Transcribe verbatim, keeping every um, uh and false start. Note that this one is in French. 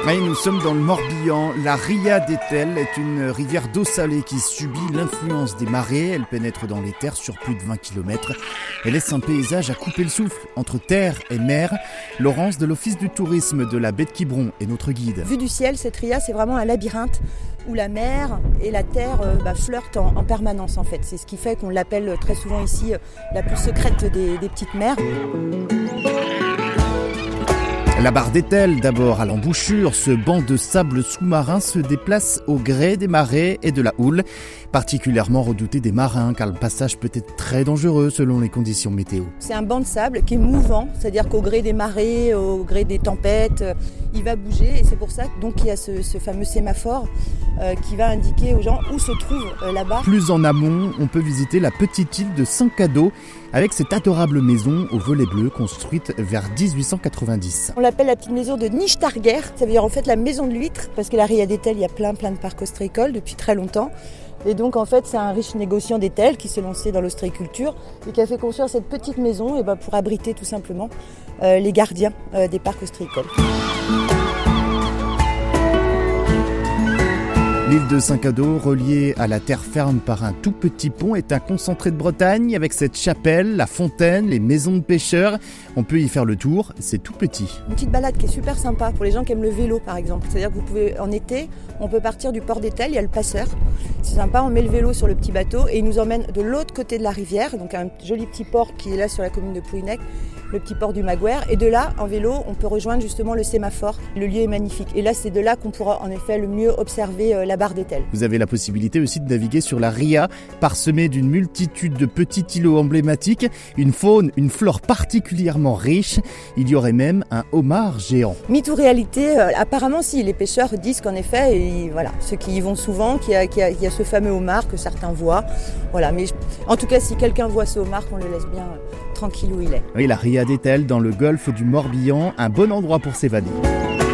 Et nous sommes dans le Morbihan. La Ria d'Etel est une rivière d'eau salée qui subit l'influence des marées. Elle pénètre dans les terres sur plus de vingt kilomètres. Elle laisse un paysage à couper le souffle entre terre et mer. Laurence de l'Office du tourisme de la baie de Quiberon est notre guide. Vue du ciel, cette Ria, c'est vraiment un labyrinthe où la mer et la terre euh, bah, flirtent en, en permanence en fait. C'est ce qui fait qu'on l'appelle très souvent ici euh, la plus secrète des, des petites mers. La barre d'Etel, d'abord à l'embouchure, ce banc de sable sous-marin se déplace au gré des marées et de la houle, particulièrement redouté des marins car le passage peut être très dangereux selon les conditions météo. C'est un banc de sable qui est mouvant, c'est-à-dire qu'au gré des marées, au gré des tempêtes, il va bouger et c'est pour ça donc qu'il y a ce, ce fameux sémaphore euh, qui va indiquer aux gens où se trouve euh, la barre. Plus en amont, on peut visiter la petite île de Saint-Cado avec cette adorable maison au volet bleu construite vers dix-huit cent quatre-vingt-dix. On l'appelle la petite maison de Nichtarguer, ça veut dire en fait la maison de l'huître, parce que la Ria d'Etel, il y a plein plein de parcs ostréicoles depuis très longtemps. Et donc en fait c'est un riche négociant d'Etel qui s'est lancé dans l'ostréiculture et qui a fait construire cette petite maison et ben, pour abriter tout simplement euh, les gardiens euh, des parcs ostréicoles. L'île de Saint-Cado, reliée à la terre ferme par un tout petit pont, est un concentré de Bretagne avec cette chapelle, la fontaine, les maisons de pêcheurs. On peut y faire le tour, c'est tout petit. Une petite balade qui est super sympa pour les gens qui aiment le vélo par exemple. C'est-à-dire que vous pouvez, en été, on peut partir du port d'Etel, il y a le passeur. C'est sympa, on met le vélo sur le petit bateau et il nous emmène de l'autre côté de la rivière, donc un joli petit port qui est là sur la commune de Pouilnec, le petit port du Maguire. Et de là, en vélo, on peut rejoindre justement le sémaphore. Le lieu est magnifique. Et là, c'est de là qu'on pourra en effet le mieux observer la barre d'Etel. Vous avez la possibilité aussi de naviguer sur la Ria, parsemée d'une multitude de petits îlots emblématiques, une faune, une flore particulièrement riche. Il y aurait même un homard géant. Mythe ou réalité, euh, apparemment si, les pêcheurs disent qu'en effet, et, voilà, ceux qui y vont souvent, qu'il y a, qu'il y a, qu'il y a ce fameux homard que certains voient. Voilà, mais en tout cas, si quelqu'un voit ce homard, qu'on le laisse bien euh, tranquille où il est. Oui, la Ria d'Etel dans le golfe du Morbihan, un bon endroit pour s'évader.